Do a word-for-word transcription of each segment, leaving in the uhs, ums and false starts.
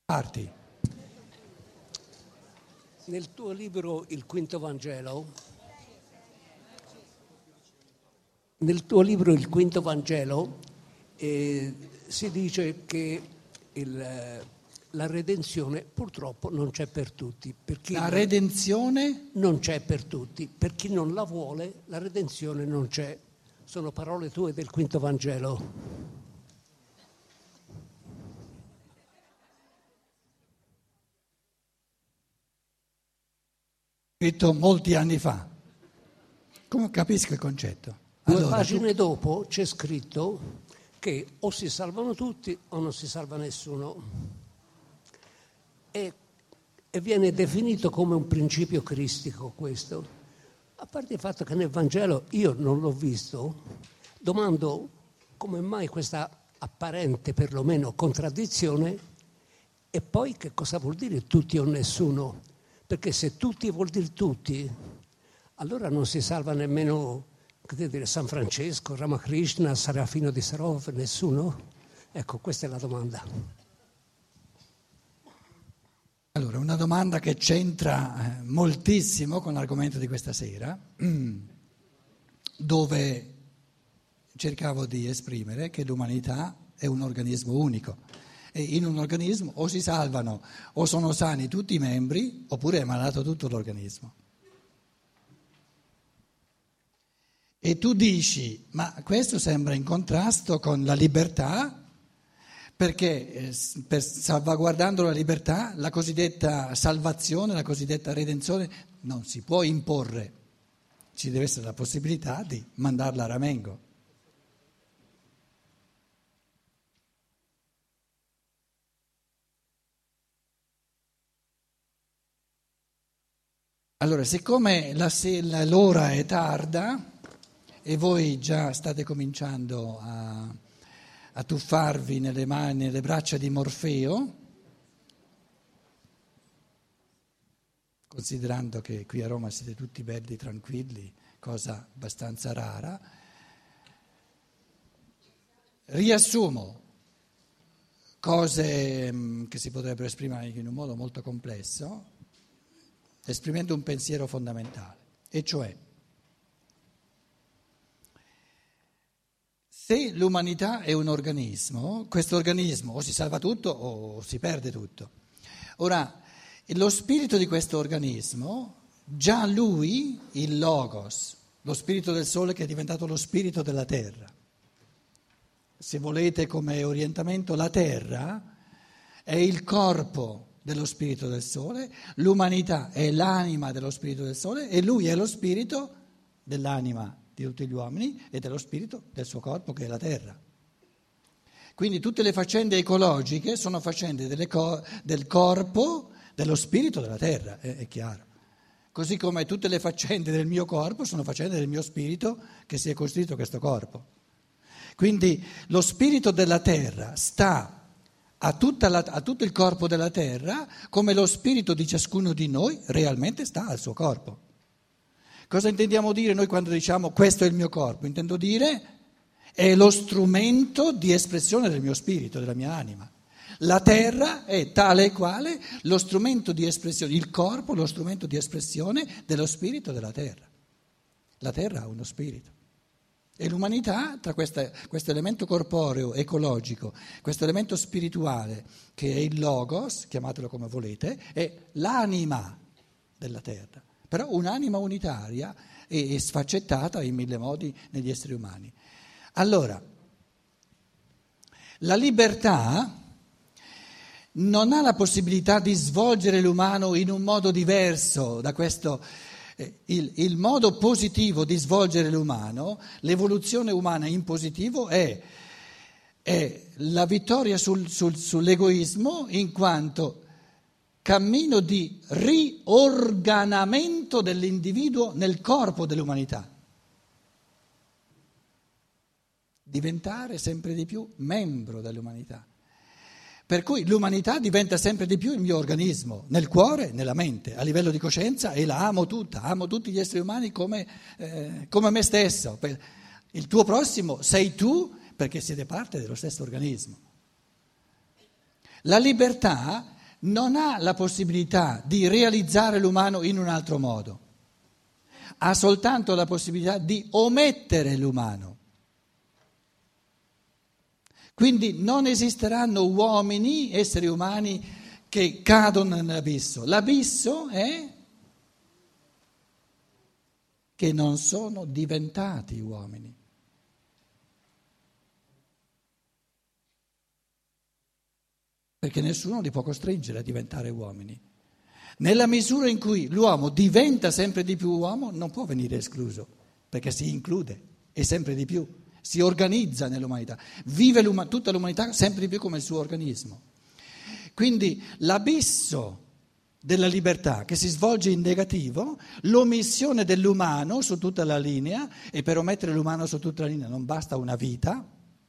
Parti. Nel tuo libro Il Quinto Vangelo, nel tuo libro Il Quinto Vangelo eh, si dice che il, la redenzione purtroppo non c'è per tutti. Per chi La redenzione? Non c'è per tutti. Per chi non la vuole, la redenzione non c'è. Sono parole tue del Quinto Vangelo. Scritto molti anni fa. Come capisco il concetto? Due Allora, pagine tu... dopo c'è scritto che o si salvano tutti o non si salva nessuno. E, e viene definito come un principio cristico questo. A parte il fatto che nel Vangelo io non l'ho visto, domando come mai questa apparente perlomeno contraddizione e poi che cosa vuol dire tutti o nessuno? Perché se tutti vuol dire tutti, allora non si salva nemmeno, che dire, San Francesco, Ramakrishna, Serafino di Sarov, nessuno? Ecco, questa è la domanda. Allora, una domanda che c'entra moltissimo con l'argomento di questa sera, dove cercavo di esprimere che l'umanità è un organismo unico. E in un organismo o si salvano o sono sani tutti i membri oppure è malato tutto l'organismo. E tu dici, ma questo sembra in contrasto con la libertà, perché eh, per salvaguardando la libertà, la cosiddetta salvazione, la cosiddetta redenzione non si può imporre, ci deve essere la possibilità di mandarla a ramengo. Allora, siccome la, la, l'ora è tarda e voi già state cominciando a, a tuffarvi nelle mani, nelle braccia di Morfeo, considerando che qui a Roma siete tutti belli tranquilli, cosa abbastanza rara, riassumo cose mh, che si potrebbero esprimere in un modo molto complesso, esprimendo un pensiero fondamentale, e cioè se l'umanità è un organismo, questo organismo o si salva tutto o si perde tutto. Ora, lo spirito di questo organismo, già lui, il Logos, lo spirito del Sole che è diventato lo spirito della Terra, se volete come orientamento la Terra è il corpo dello spirito del Sole, l'umanità è l'anima dello spirito del Sole e lui è lo spirito dell'anima di tutti gli uomini e dello spirito del suo corpo che è la terra. Quindi tutte le faccende ecologiche sono faccende delle co- del corpo, dello spirito della terra, è, è chiaro. Così come tutte le faccende del mio corpo sono faccende del mio spirito che si è costruito questo corpo. Quindi lo spirito della terra sta A, tutta la, a tutto il corpo della terra, come lo spirito di ciascuno di noi realmente sta al suo corpo. Cosa intendiamo dire noi quando diciamo questo è il mio corpo? Intendo dire è lo strumento di espressione del mio spirito, della mia anima. La terra è tale e quale lo strumento di espressione, il corpo lo strumento di espressione dello spirito della terra. La terra ha uno spirito. E l'umanità, tra questo elemento corporeo, ecologico, questo elemento spirituale, che è il Logos, chiamatelo come volete, è l'anima della terra. Però un'anima unitaria e sfaccettata in mille modi negli esseri umani. Allora, la libertà non ha la possibilità di svolgere l'umano in un modo diverso da questo. Il, il modo positivo di svolgere l'umano, l'evoluzione umana in positivo è, è la vittoria sul, sul, sull'egoismo in quanto cammino di riorganamento dell'individuo nel corpo dell'umanità. Diventare sempre di più membro dell'umanità. Per cui l'umanità diventa sempre di più il mio organismo, nel cuore, nella mente, a livello di coscienza, e la amo tutta, amo tutti gli esseri umani come, eh, come me stesso. Il tuo prossimo sei tu perché siete parte dello stesso organismo. La libertà non ha la possibilità di realizzare l'umano in un altro modo, ha soltanto la possibilità di omettere l'umano. Quindi non esisteranno uomini, esseri umani, che cadono nell'abisso. L'abisso è che non sono diventati uomini. Perché nessuno li può costringere a diventare uomini. Nella misura in cui l'uomo diventa sempre di più uomo, non può venire escluso, perché si include e sempre di più, si organizza nell'umanità, vive l'uma- tutta l'umanità sempre di più come il suo organismo. Quindi l'abisso della libertà che si svolge in negativo, l'omissione dell'umano su tutta la linea, e per omettere l'umano su tutta la linea non basta una vita,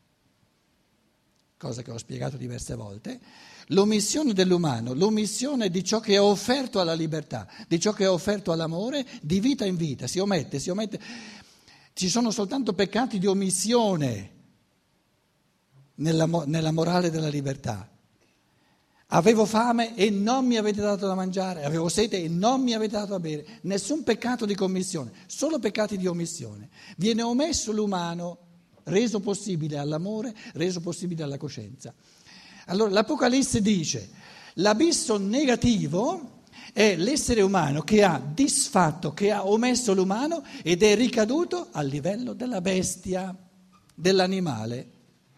cosa che ho spiegato diverse volte, l'omissione dell'umano, l'omissione di ciò che è offerto alla libertà, di ciò che è offerto all'amore, di vita in vita, si omette, si omette. Ci sono soltanto peccati di omissione nella, nella morale della libertà. Avevo fame e non mi avete dato da mangiare, avevo sete e non mi avete dato da bere, nessun peccato di commissione, solo peccati di omissione. Viene omesso l'umano, reso possibile all'amore, reso possibile alla coscienza. Allora l'Apocalisse dice, l'abisso negativo è l'essere umano che ha disfatto, che ha omesso l'umano ed è ricaduto al livello della bestia, dell'animale.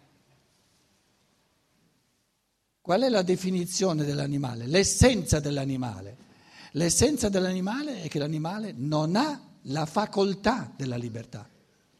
Qual è la definizione dell'animale? L'essenza dell'animale. L'essenza dell'animale è che l'animale non ha la facoltà della libertà.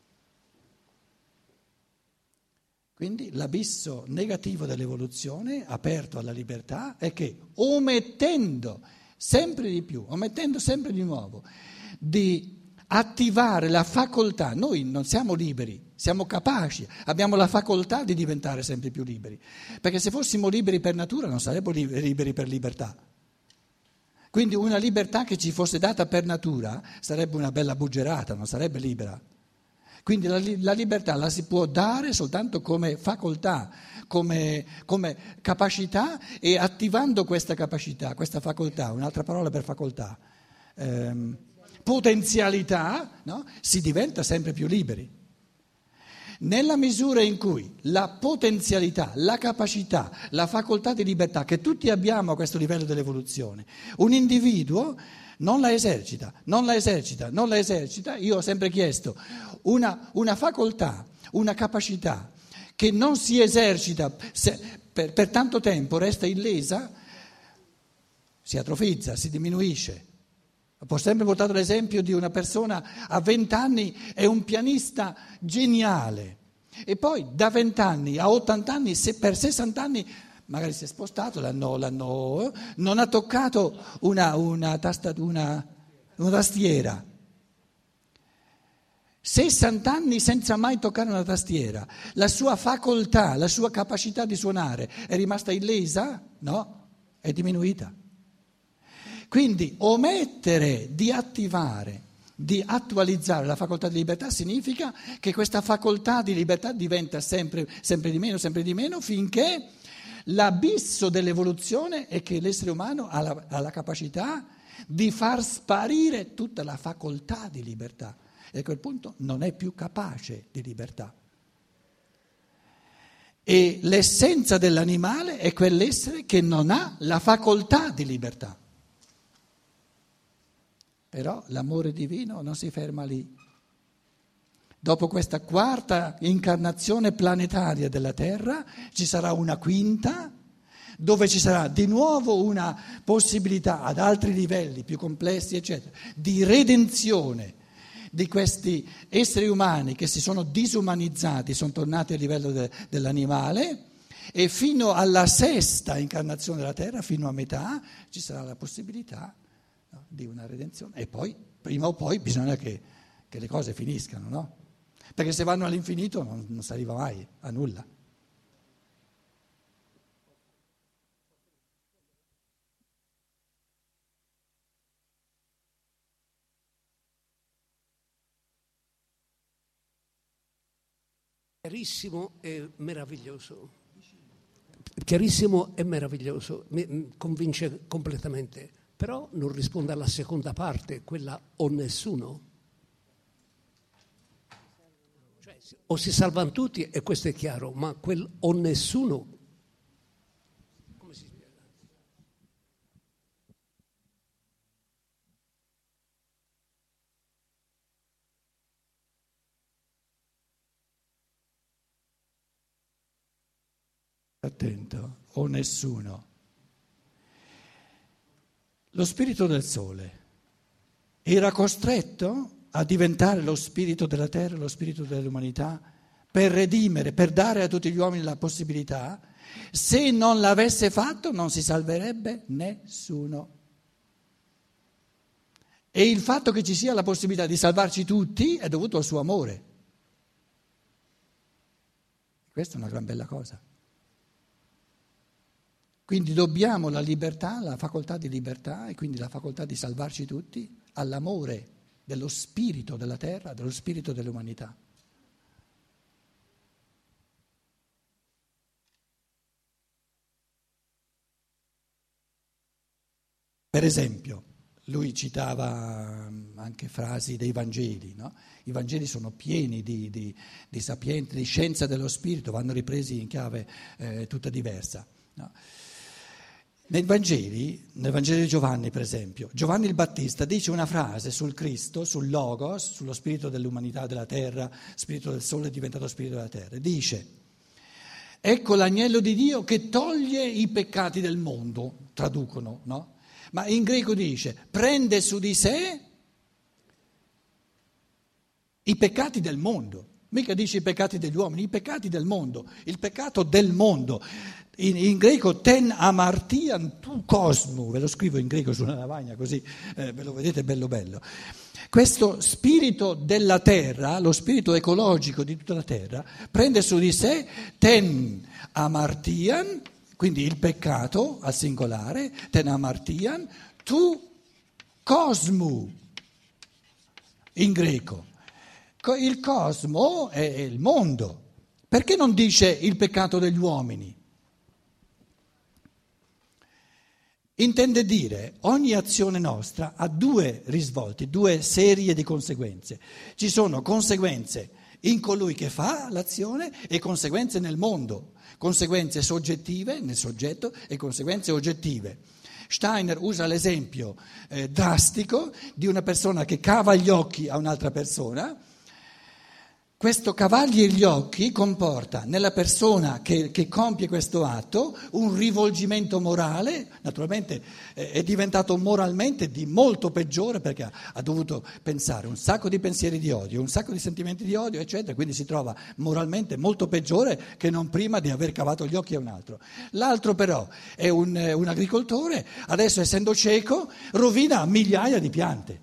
Quindi l'abisso negativo dell'evoluzione, aperto alla libertà, è che omettendo sempre di più, omettendo sempre di nuovo, di attivare la facoltà, noi non siamo liberi, siamo capaci, abbiamo la facoltà di diventare sempre più liberi, perché se fossimo liberi per natura non saremmo liberi per libertà. Quindi una libertà che ci fosse data per natura sarebbe una bella buggerata, non sarebbe libera. Quindi la, la libertà la si può dare soltanto come facoltà, come, come capacità, e attivando questa capacità, questa facoltà, un'altra parola per facoltà, ehm, potenzialità, no? Si diventa sempre più liberi. Nella misura in cui la potenzialità, la capacità, la facoltà di libertà che tutti abbiamo a questo livello dell'evoluzione, un individuo non la esercita, non la esercita, non la esercita, io ho sempre chiesto una, una facoltà, una capacità che non si esercita se, per, per tanto tempo, resta illesa, si atrofizza, si diminuisce. Ho sempre portato l'esempio di una persona a vent'anni è un pianista geniale e poi da vent'anni a ottanta anni, se per sessanta anni magari si è spostato, l'hanno, l'hanno, non ha toccato una, una, tasta, una, una tastiera. sessanta anni senza mai toccare una tastiera. La sua facoltà, la sua capacità di suonare è rimasta illesa? No, è diminuita. Quindi omettere di attivare, di attualizzare la facoltà di libertà significa che questa facoltà di libertà diventa sempre, sempre di meno, sempre di meno, finché l'abisso dell'evoluzione è che l'essere umano ha la, ha la capacità di far sparire tutta la facoltà di libertà e a quel punto non è più capace di libertà. E l'essenza dell'animale è quell'essere che non ha la facoltà di libertà. Però l'amore divino non si ferma lì. Dopo questa quarta incarnazione planetaria della Terra ci sarà una quinta, dove ci sarà di nuovo una possibilità ad altri livelli più complessi, eccetera, di redenzione di questi esseri umani che si sono disumanizzati, sono tornati a livello de, dell'animale, e fino alla sesta incarnazione della Terra, fino a metà, ci sarà la possibilità, no, di una redenzione. E poi, prima o poi, bisogna che, che le cose finiscano, no? Perché se vanno all'infinito non, non si arriva mai a nulla. Chiarissimo e meraviglioso. chiarissimo e meraviglioso, mi convince completamente, però non risponde alla seconda parte, quella o nessuno. Cioè, o si salvano tutti e questo è chiaro, ma quel o nessuno come si spiega? Attento, o nessuno. Lo spirito del sole era costretto a diventare lo spirito della terra, lo spirito dell'umanità, per redimere, per dare a tutti gli uomini la possibilità. Se non l'avesse fatto non si salverebbe nessuno. E il fatto che ci sia la possibilità di salvarci tutti è dovuto al suo amore. Questa è una gran bella cosa. Quindi dobbiamo la libertà, la facoltà di libertà e quindi la facoltà di salvarci tutti all'amore dello spirito della terra, dello spirito dell'umanità. Per esempio, lui citava anche frasi dei Vangeli, no? I Vangeli sono pieni di, di, di sapienza, di scienza dello spirito, vanno ripresi in chiave eh, tutta diversa, no? Nei Vangeli, nel Vangelo di Giovanni per esempio, Giovanni il Battista dice una frase sul Cristo, sul Logos, sullo spirito dell'umanità, della terra, spirito del sole è diventato spirito della terra. Dice, ecco l'agnello di Dio che toglie i peccati del mondo, traducono, no? Ma in greco dice, prende su di sé i peccati del mondo. Mica dice i peccati degli uomini, i peccati del mondo, il peccato del mondo. In, in greco ten amartian tu cosmo, ve lo scrivo in greco su una lavagna così eh, ve lo vedete bello bello. Questo spirito della terra, lo spirito ecologico di tutta la terra, prende su di sé ten amartian, quindi il peccato al singolare, ten amartian, tu cosmo in greco. Il cosmo è il mondo. Perché non dice il peccato degli uomini? Intende dire ogni azione nostra ha due risvolti, due serie di conseguenze. Ci sono conseguenze in colui che fa l'azione e conseguenze nel mondo, conseguenze soggettive nel soggetto e conseguenze oggettive. Steiner usa l'esempio eh, drastico di una persona che cava gli occhi a un'altra persona. Questo cavargli gli occhi comporta nella persona che, che compie questo atto un rivolgimento morale, naturalmente eh, è diventato moralmente di molto peggiore perché ha, ha dovuto pensare un sacco di pensieri di odio, un sacco di sentimenti di odio, eccetera, quindi si trova moralmente molto peggiore che non prima di aver cavato gli occhi a un altro. L'altro però è un, un agricoltore, adesso essendo cieco rovina migliaia di piante.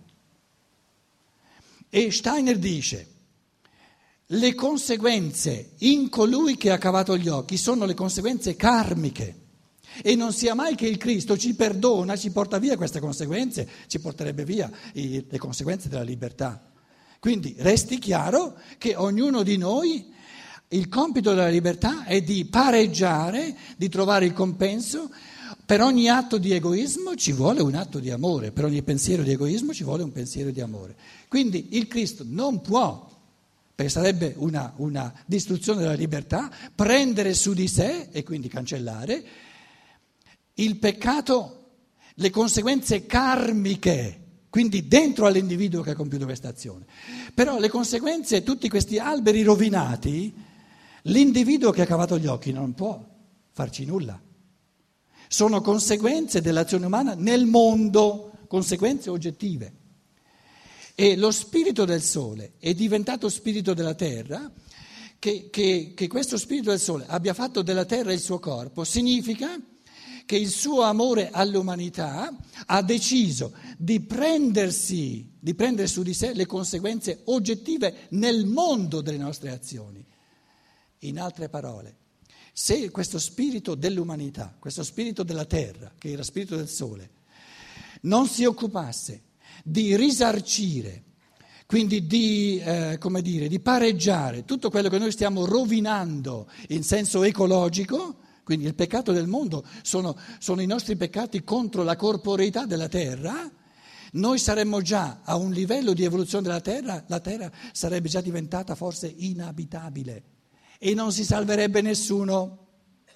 E Steiner dice: le conseguenze in colui che ha cavato gli occhi sono le conseguenze karmiche e non sia mai che il Cristo ci perdona, ci porta via queste conseguenze, ci porterebbe via i, le conseguenze della libertà. Quindi resti chiaro che ognuno di noi, il compito della libertà è di pareggiare, di trovare il compenso. Per ogni atto di egoismo ci vuole un atto di amore, per ogni pensiero di egoismo ci vuole un pensiero di amore. Quindi il Cristo non può, perché sarebbe una, una distruzione della libertà, prendere su di sé e quindi cancellare il peccato, le conseguenze karmiche, quindi dentro all'individuo che ha compiuto questa azione. Però le conseguenze, tutti questi alberi rovinati, l'individuo che ha cavato gli occhi non può farci nulla. Sono conseguenze dell'azione umana nel mondo, conseguenze oggettive. E lo spirito del sole è diventato spirito della terra, che, che, che questo spirito del sole abbia fatto della terra il suo corpo, significa che il suo amore all'umanità ha deciso di prendersi, di prendere su di sé le conseguenze oggettive nel mondo delle nostre azioni. In altre parole, se questo spirito dell'umanità, questo spirito della terra, che era spirito del sole, non si occupasse di risarcire, quindi di, eh, come dire, di pareggiare tutto quello che noi stiamo rovinando in senso ecologico, Quindi il peccato del mondo sono, sono i nostri peccati contro la corporeità della terra. Noi saremmo già a un livello di evoluzione della terra, la terra sarebbe già diventata forse inabitabile e non si salverebbe nessuno.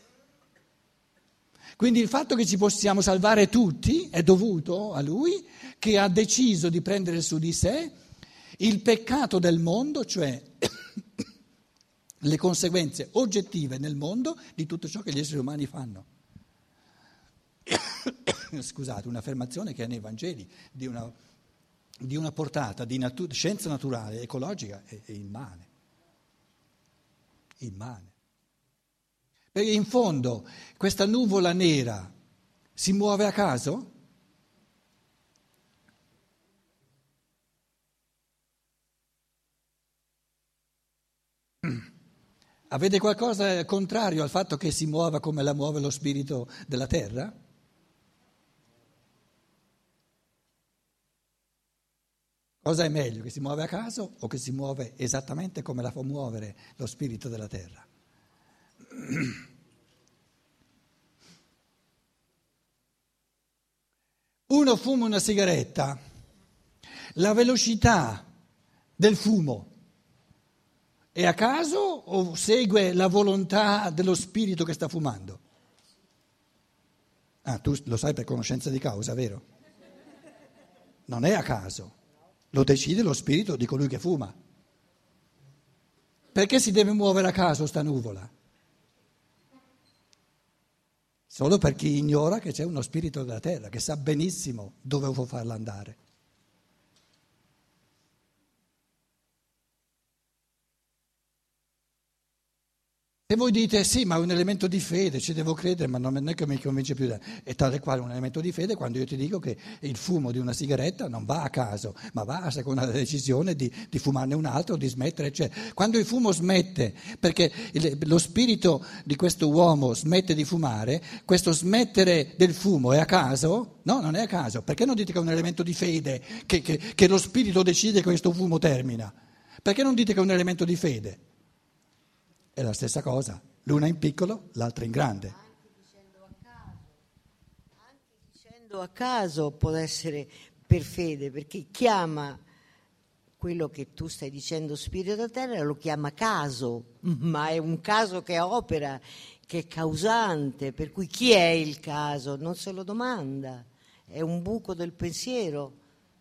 Quindi il fatto che ci possiamo salvare tutti è dovuto a lui, che ha deciso di prendere su di sé il peccato del mondo, cioè le conseguenze oggettive nel mondo di tutto ciò che gli esseri umani fanno. Scusate, un'affermazione che è nei Vangeli di una, di una portata di natu- scienza naturale, ecologica, è, è immane. Immane. Perché in fondo questa nuvola nera si muove a caso? Avete qualcosa contrario al fatto che si muova come la muove lo spirito della terra? Cosa è meglio, che si muove a caso o che si muove esattamente come la fa muovere lo spirito della terra? Uno fuma una sigaretta, la velocità del fumo è a caso o segue la volontà dello spirito che sta fumando? Ah, tu lo sai per conoscenza di causa, vero? Non è a caso, lo decide lo spirito di colui che fuma. Perché si deve muovere a caso sta nuvola? Solo per chi ignora che c'è uno spirito della terra, che sa benissimo dove può farla andare. Se voi dite sì, ma è un elemento di fede, ci devo credere, ma non è che mi convince più. E tale quale un elemento di fede quando io ti dico che il fumo di una sigaretta non va a caso, ma va a seconda della decisione di, di fumarne un altro, di smettere, eccetera. Quando il fumo smette, perché il, lo spirito di questo uomo smette di fumare, questo smettere del fumo è a caso? No, non è a caso. Perché non dite che è un elemento di fede, che, che, che lo spirito decide che questo fumo termina? Perché non dite che è un elemento di fede? È la stessa cosa, l'una in piccolo, l'altra in grande. Anche dicendo a caso, anche dicendo a caso può essere per fede, perché chiama quello che tu stai dicendo spirito della terra, lo chiama caso, ma è un caso che opera, che è causante, per cui chi è il caso? Non se lo domanda, è un buco del pensiero.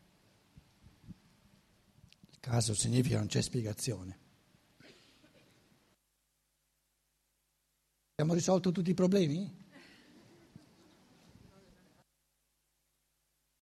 Il caso significa non c'è spiegazione. Abbiamo risolto tutti i problemi?